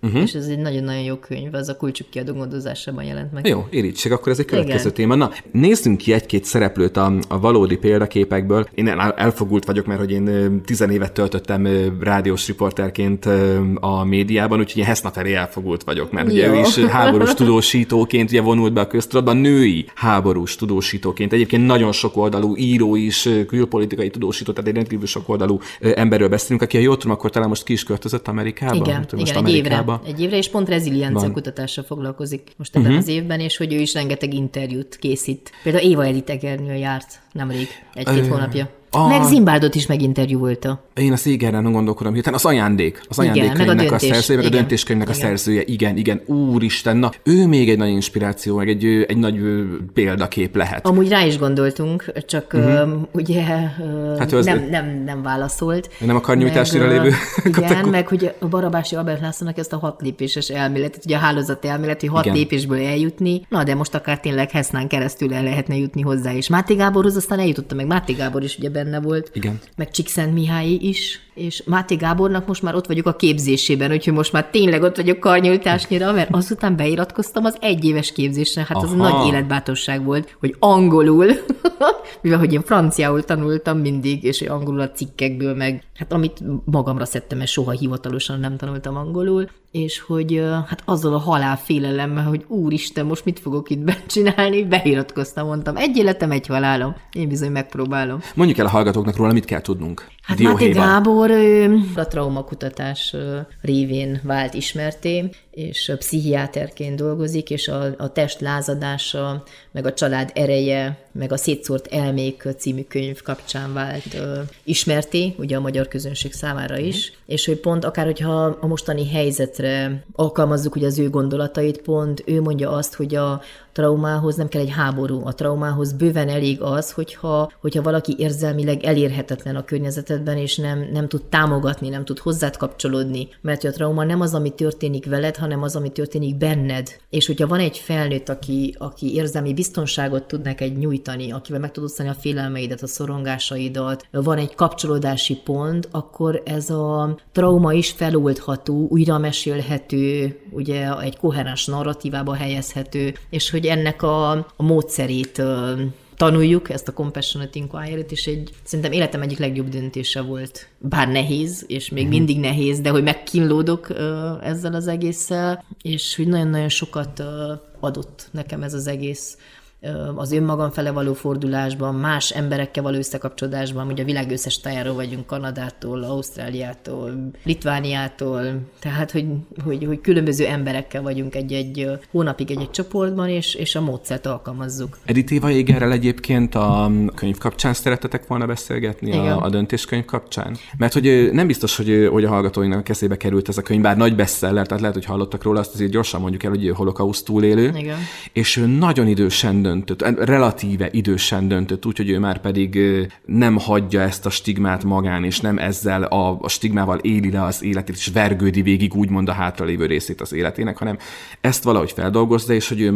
és ez egy nagyon-nagyon jó könyv, az a Kulcsuk kiadó gondozásában jelent meg. Jó, irítség, akkor ez egy következő téma. Na, nézzünk ki egy-két szereplőt a valódi példaképekből. Én elfogult vagyok, mert hogy én 10 évet töltöttem rádiós riporterként a médiában, úgyhogy én Heszna felé elfogult vagyok, mert ugye ő is háborús tudósítóként ugye vonult be a köztudatban, női háborús tudósítóként. Egyébként nagyon sokoldalú író is, külpolitikai tudósító, tehát egy rendkívül sokoldalú emberről beszélünk, aki, ha jól tudom, akkor talán most ki is költözött Amerikába. Igen, egy évre, és pont reziliencia kutatással foglalkozik most ebben az évben, és hogy ő is rengeteg interjút készít. Például Éva Edith Egernél járt nemrég, 1-2 hónapja. Meg Zimbárdot is meginterjúolta. Én a Szégerrel nem gondolkodom, hiszen az ajándékkönyvnek a szerzője, meg a döntéskönyvnek a szerzője, igen, úristen, na, ő még egy nagy inspiráció, meg egy nagy példakép lehet. Amúgy rá is gondoltunk, csak ugye nem válaszolt. Nem akar nyújtásra lévő igen, meg hogy a Barabási Albert Lászlónak ezt a 6 lépéses elméletet, ugye a hálózat elmélet, hogy 6 lépésből eljutni, na de most akár tényleg Hesznán keresztül el lehetne jutni hozzá, és Máté Gáborhoz aztán eljutotta, meg Máté Gábor is ugye benne volt, igen. Meg Csíkszentmihályi is, és Máté Gábornak most már ott vagyok a képzésében, úgyhogy most már tényleg ott vagyok karnyújtásnyira, mert azután beiratkoztam az 1 éves képzésre, hát az nagy életbátorság volt, hogy angolul, mivel hogy én franciául tanultam mindig, és angolul a cikkekből meg, hát amit magamra szedtem, mert soha hivatalosan nem tanultam angolul, és hogy hát azzal a halálfélelemmel, hogy úristen, most mit fogok itt csinálni, beiratkoztam, mondtam, 1 életem, 1 halálom. Én bizony megpróbálom. Mondjuk el a hallgatóknak róla, mit kell tudnunk. Hát Máté Gábor a traumakutatás révén vált ismerté, és pszichiáterként dolgozik, és a test lázadása, meg a család ereje, meg a Szétszórt elmék című könyv kapcsán vált ismerté, ugye a magyar közönség számára is, és hogy pont akár, hogyha a mostani helyzetre alkalmazzuk ugye az ő gondolatait, pont ő mondja azt, hogy a traumához nem kell egy háború, a traumához bőven elég az, hogyha valaki érzelmileg elérhetetlen a környezetedben, és nem tud támogatni, nem tud hozzád kapcsolódni, mert a trauma nem az, ami történik veled, hanem az, ami történik benned. És hogyha van egy felnőtt, aki érzelmi biztonságot tud neked nyújtani, akivel meg tudod osztani a félelmeidet, a szorongásaidat, van egy kapcsolódási pont, akkor ez a trauma is feloldható, újra mesélhető, ugye egy koherens narratívába helyezhető, és hogy ennek a módszerét tanuljuk, ezt a Compassionate Inquiry-t, és szerintem életem egyik legjobb döntése volt. Bár nehéz, és még mindig nehéz, de hogy megkínlódok ezzel az egésszel, és hogy nagyon-nagyon sokat adott nekem ez az egész az önmagam fele való fordulásban, más emberekkel való összekapcsolódásban, ugye a világ összes tájáról vagyunk, Kanadától, Ausztráliától, Litvániától, tehát, hogy különböző emberekkel vagyunk egy hónapig egy csoportban, és a módszert alkalmazzuk. Edith Éva Egerrel egyébként a könyv kapcsán szerettetek volna beszélgetni, a döntéskönyv kapcsán? Mert hogy nem biztos, hogy a hallgatóinknak a kezébe került ez a könyv, bár nagy bestseller, tehát lehet, hogy hallottak róla, azt azért gyorsan mondjuk el, hogy holokauszt túlélő, igen. És ő nagyon idősen döntött, relatíve idősen döntött, úgyhogy ő már pedig nem hagyja ezt a stigmát magán, és nem ezzel a stigmával éli le az életét, és vergődi végig úgymond a hátralévő részét az életének, hanem ezt valahogy feldolgozza, és hogy ő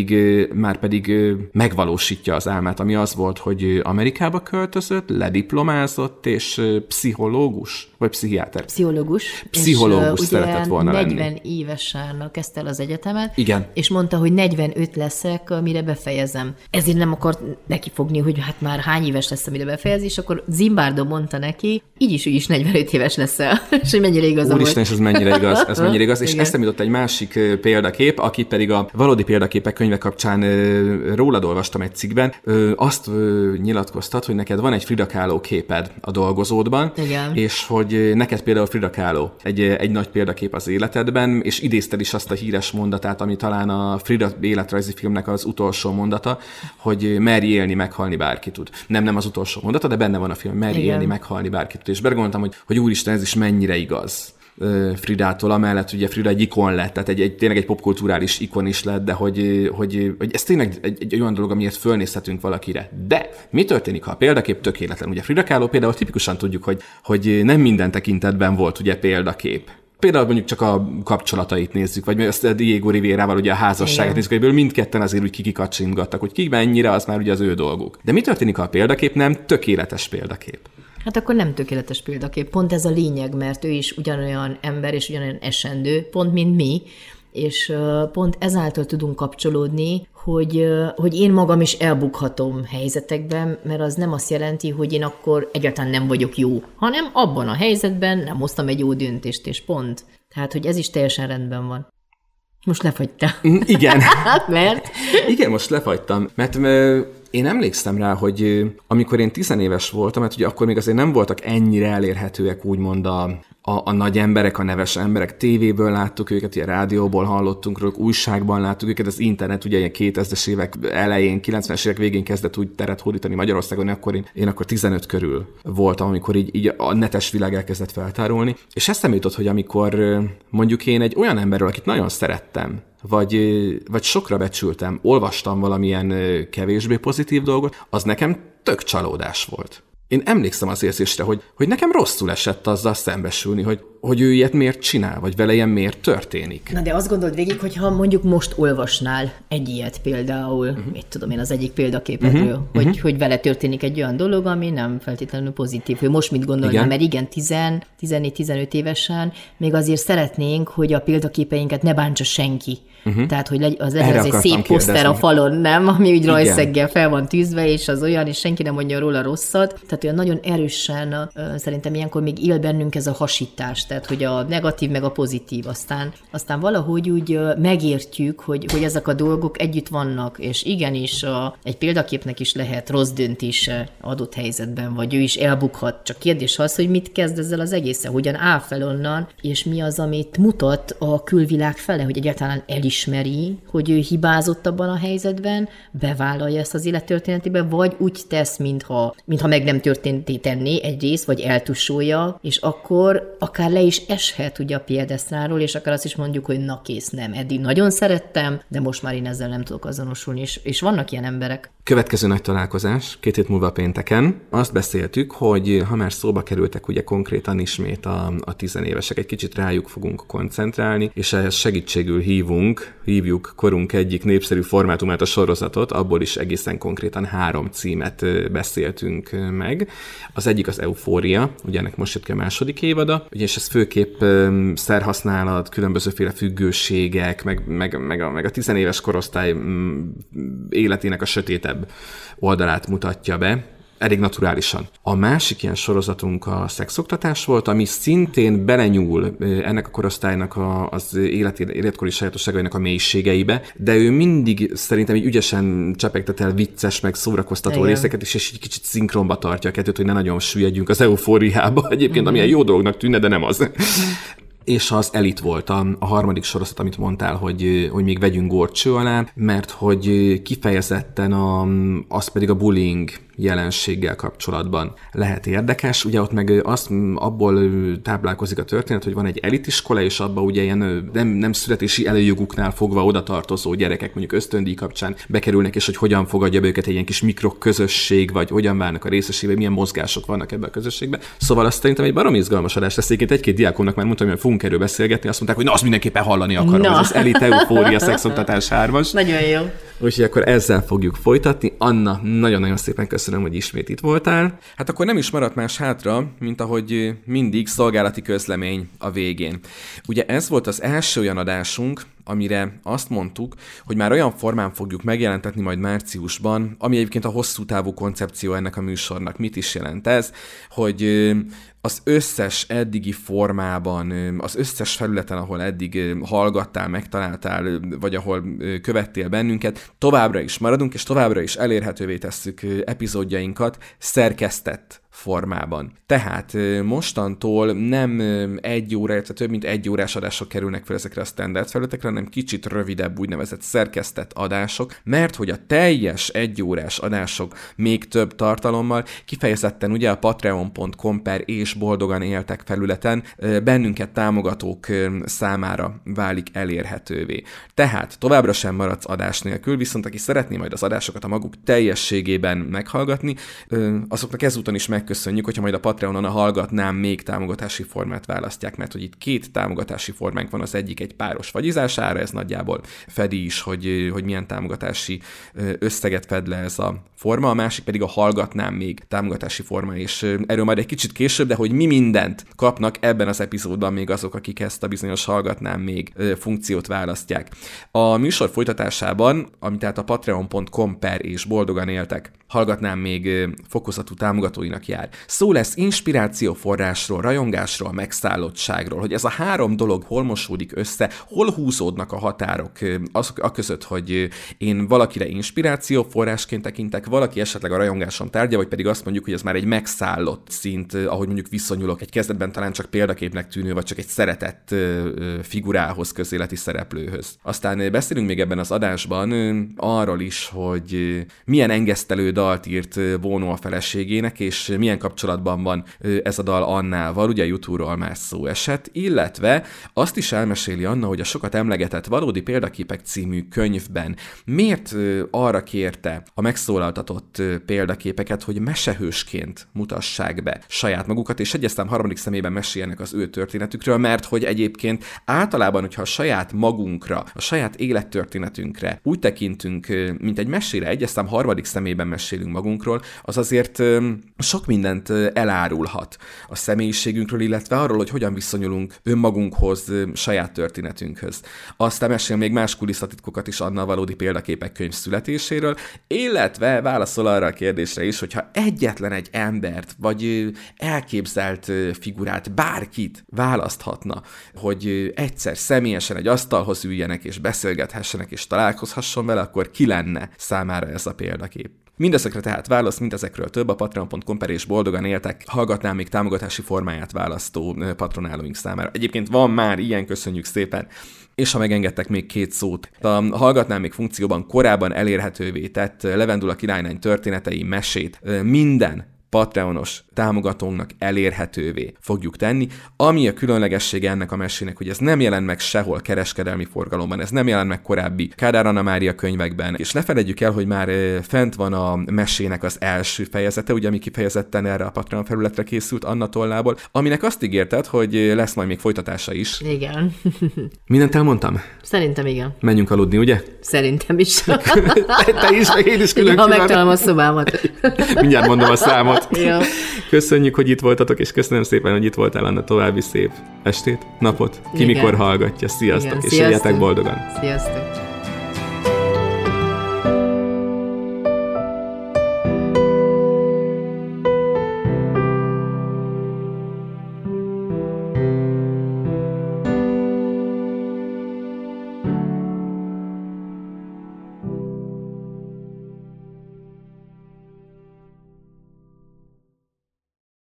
már pedig megvalósítja az álmát, ami az volt, hogy Amerikába költözött, lediplomázott, és pszichológus, vagy pszichiáter. Pszichológus szeretett volna 40 lenni. évesen kezdte el az egyetemet, igen. És mondta, hogy 45 leszek, mire befejezem. Ezért nem akart neki fogni, hogy hát már hány éves lesz, mire befejezi, és akkor Zimbardo mondta neki, így is 45 éves leszel, és hogy mennyire igaza volt. Úristen, és ez mennyire igaz, és eszembe jutott egy másik példakép, akit pedig a valódi példaképek könyve kapcsán rólad olvastam egy cikkben, azt nyilatkoztat, hogy neked van egy Frida Kahlo képed a dolgozódban, igen. És hogy neked például Frida Kahlo egy nagy példakép az életedben, és idézted is azt a híres mondatát, ami talán a Frida életrajzi filmnek az utolsó mondata, hogy merj élni, meghalni bárki tud. Nem az utolsó mondata, de benne van a film, merj élni, meghalni bárki tud. És begondoltam, hogy úristen, ez is mennyire igaz Fridától, amellett ugye Frida egy ikon lett, tehát tényleg egy popkulturális ikon is lett, de hogy ez tényleg egy olyan dolog, amiért fölnézhetünk valakire. De mi történik, ha a példakép tökéletlen? Ugye Frida Kahlo például tipikusan tudjuk, hogy nem minden tekintetben volt ugye példakép. Például mondjuk csak a kapcsolatait nézzük, vagy ezt a Diego Rivérával ugye a házasságát nézzük, ebből mindketten azért úgy kikikacsintgattak, hogy ki mennyire, az már ugye az ő dolguk. De mi történik, ha a példakép nem tökéletes példakép? Hát akkor nem tökéletes példakép. Pont ez a lényeg, mert ő is ugyanolyan ember és ugyanolyan esendő, pont mint mi, és pont ezáltal tudunk kapcsolódni, hogy én magam is elbukhatom helyzetekben, mert az nem azt jelenti, hogy én akkor egyáltalán nem vagyok jó, hanem abban a helyzetben nem hoztam egy jó döntést, és pont. Tehát, hogy ez is teljesen rendben van. Most lefagytál. Igen. Mert? Igen, most lefagytam, mert én emlékszem rá, hogy amikor én 10 éves voltam, mert ugye akkor még azért nem voltak ennyire elérhetőek úgymond a nagy emberek, a neves emberek, tévéből láttuk őket, ugye rádióból hallottunk róluk, újságban láttuk őket, az internet ugye ilyen 2000-es évek elején, 90-es évek végén kezdett úgy teret hódítani Magyarországon, én akkor 15 körül voltam, amikor így a netes világ elkezdett feltárulni, és eszembe jutott, hogy amikor mondjuk én egy olyan emberről, akit nagyon szerettem, vagy sokra becsültem, olvastam valamilyen kevésbé pozitív dolgot, az nekem tök csalódás volt. Én emlékszem az érzésre, hogy nekem rosszul esett azzal szembesülni, hogy ő ilyet miért csinál, vagy vele ilyen miért történik. Na de azt gondold végig, hogyha mondjuk most olvasnál egy ilyet például, mit tudom én, az egyik példaképedről, hogy vele történik egy olyan dolog, ami nem feltétlenül pozitív. Hogy most mit gondolnál, mert igen, 14-15 évesen még azért szeretnénk, hogy a példaképeinket ne bántsa senki. Tehát, hogy az legyen az egy szép poszter a falon, nem? Ami úgy rajszeggel fel van tűzve, és az olyan, és senki nem mondja róla rosszat. Tehát olyan nagyon erősen szerintem ilyenkor még él bennünk ez a hasítás, tehát hogy a negatív meg a pozitív. Aztán valahogy úgy megértjük, hogy ezek a dolgok együtt vannak, és igenis egy példaképnek is lehet rossz döntése adott helyzetben, vagy ő is elbukhat. Csak kérdés az, hogy mit kezd ezzel az egészen, hogyan áll fel onnan, és mi az, amit mutat a külvilág fele, hogy egyáltalán elismeri, hogy ő hibázott abban a helyzetben, bevállalja ezt az élettörténetében, vagy úgy tesz, mintha meg nem történt tenni egy rész, vagy eltussolja, és akkor akár le is eshet ugye a piedesztráról, és akár azt is mondjuk, hogy na kész, nem, eddig nagyon szerettem, de most már én ezzel nem tudok azonosulni, és vannak ilyen emberek. Következő nagy találkozás, 2 hét múlva pénteken. Azt beszéltük, hogy ha már szóba kerültek ugye konkrétan ismét a 10 évesek, egy kicsit rájuk fogunk koncentrálni, és ehhez segítségül hívjuk korunk egyik népszerű formátumát, a sorozatot, abból is egészen konkrétan 3 címet beszéltünk meg. Az egyik az Eufória, ugye ennek most jött ki a 2. évada, ugye, és ez főképp szerhasználat, különbözőféle függőségek, meg a 10 éves korosztály életének a sötétebb oldalát mutatja be, elég naturálisan. A másik ilyen sorozatunk a szexoktatás volt, ami szintén belenyúl ennek a korosztálynak az életkori sajátosságainak a mélységeibe, de ő mindig szerintem így ügyesen csepegtet el vicces, meg szórakoztató részeket is, és így kicsit szinkronba tartja a kettőt, hogy ne nagyon süllyedjünk az eufóriába egyébként, amilyen jó dolognak tűnne, de nem az. És az Elit volt a 3. sorozat, amit mondtál, hogy még vegyünk górcső alá, mert hogy kifejezetten az pedig a bullying jelenséggel kapcsolatban lehet érdekes. Ugye ott meg abból táplálkozik a történet, hogy van egy elitiskola, és abban ugye ilyen nem születési előjoguknál fogva oda tartozó gyerekek mondjuk ösztöndíj kapcsán bekerülnek, és hogy hogyan fogadja be őket egy ilyen kis mikroközösség, vagy hogyan válnak a részesévé, milyen mozgások vannak ebben a közösségben. Szóval azt szerintem egy baromi izgalmas adás lesz. Egyébként 1-2 diákomnak már mondtam, hogy fogunk erről beszélgetni, azt mondták, hogy na, azt mindenképpen hallani akarom. Ez az Elit Eufória szexoktatás 3-as. Nagyon jó. Úgyhogy akkor ezzel fogjuk folytatni. Anna, nagyon-nagyon szépen köszönöm, hogy ismét itt voltál. Hát akkor nem is maradt más hátra, mint ahogy mindig, szolgálati közlemény a végén. Ugye ez volt az első olyan adásunk, amire azt mondtuk, hogy már olyan formán fogjuk megjelentetni majd márciusban, ami egyébként a hosszú távú koncepció ennek a műsornak. Mit is jelent ez? Hogy az összes eddigi formában, az összes felületen, ahol eddig hallgattál, megtaláltál, vagy ahol követtél bennünket, továbbra is maradunk, és továbbra is elérhetővé tesszük epizódjainkat szerkesztett formában. Tehát mostantól nem 1 óra, illetve több mint 1 órás adások kerülnek fel ezekre a standard felületekre, hanem kicsit rövidebb úgynevezett szerkesztett adások, mert hogy a teljes 1 órás adások még több tartalommal kifejezetten ugye a patreon.com/per és boldogan éltek felületen bennünket támogatók számára válik elérhetővé. Tehát továbbra sem maradsz adás nélkül, viszont aki szeretné majd az adásokat a maguk teljességében meghallgatni, azoknak ezúton is meg megköszönjük, hogyha majd a Patreonon a Hallgatnám még támogatási formát választják, mert hogy itt 2 támogatási formánk van, az egyik egy páros vagyizás ára, ez nagyjából fedi is, hogy milyen támogatási összeget fed le ez a forma, a másik pedig a Hallgatnám még támogatási forma, és erről majd egy kicsit később, de hogy mi mindent kapnak ebben az epizódban még azok, akik ezt a bizonyos Hallgatnám még funkciót választják. A műsor folytatásában, ami tehát a patreon.com/és boldogan éltek Hallgatnám még fokozatú támogatóinak jár. Szó lesz inspirációforrásról, rajongásról, megszállottságról, hogy ez a 3 dolog hol mosódik össze, hol húzódnak a határok között, hogy én valakire inspirációforrásként tekintek, valaki esetleg a rajongásom tárgya, vagy pedig azt mondjuk, hogy ez már egy megszállott szint, ahogy mondjuk viszonyulok egy kezdetben talán csak példaképnek tűnő, vagy csak egy szeretett figurához, közéleti szereplőhöz. Aztán beszélünk még ebben az adásban arról is, hogy milyen engesztelő dalt írt Bono a feleségének, és milyen kapcsolatban van ez a dal Annával, ugye YouTube-ról már szó esett, illetve azt is elmeséli Anna, hogy a sokat emlegetett Valódi példaképek című könyvben miért arra kérte a megszólaltatott példaképeket, hogy mesehősként mutassák be saját magukat, és egyeztem harmadik szemében meséljenek az ő történetükről, mert hogy egyébként általában, hogyha a saját magunkra, a saját élettörténetünkre úgy tekintünk, mint egy mesére, egyeztem harmadik szemében mesélünk magunkról, az azért sok mindent elárulhat a személyiségünkről, illetve arról, hogy hogyan viszonyulunk önmagunkhoz, saját történetünkhöz. Aztán mesél még más kulisszatitkokat is Anna a Valódi példaképek könyv születéséről, illetve válaszol arra a kérdésre is, hogyha egyetlen egy embert, vagy elképzelt figurát, bárkit választhatna, hogy egyszer személyesen egy asztalhoz üljenek, és beszélgethessenek, és találkozhasson vele, akkor ki lenne számára ez a példakép? Mindezekre tehát válasz, mindezekről több a patreon.com/és boldogan éltek Hallgatnám még támogatási formáját választó patronálóink számára. Egyébként van már ilyen, köszönjük szépen. És ha megengedtek még 2 szót, a Hallgatnám még funkcióban korábban elérhetővé tett Levendula királylány történetei mesét minden Patreonos támogatónknak elérhetővé fogjuk tenni, ami a különlegessége ennek a mesének, hogy ez nem jelent meg sehol kereskedelmi forgalomban, ez nem jelent meg korábbi Kádár Anna Mária könyvekben, és ne feledjük el, hogy már fent van a mesének az első fejezete, ugye, ami kifejezetten erre a Patreon felületre készült Anna tollából, aminek azt ígérted, hogy lesz majd még folytatása is. Igen. Mindent elmondtam? Szerintem igen. Menjünk aludni, ugye? Szerintem is. Te is, meg én is külön. Ha megtalálom a szobámat. Mindjárt mondom a számot. Ja. Köszönjük, hogy itt voltatok, és köszönöm szépen, hogy itt voltál, Anna. További szép estét, napot, ki igen. mikor hallgatja. Sziasztok, igen, és éljetek boldogan. Sziasztok.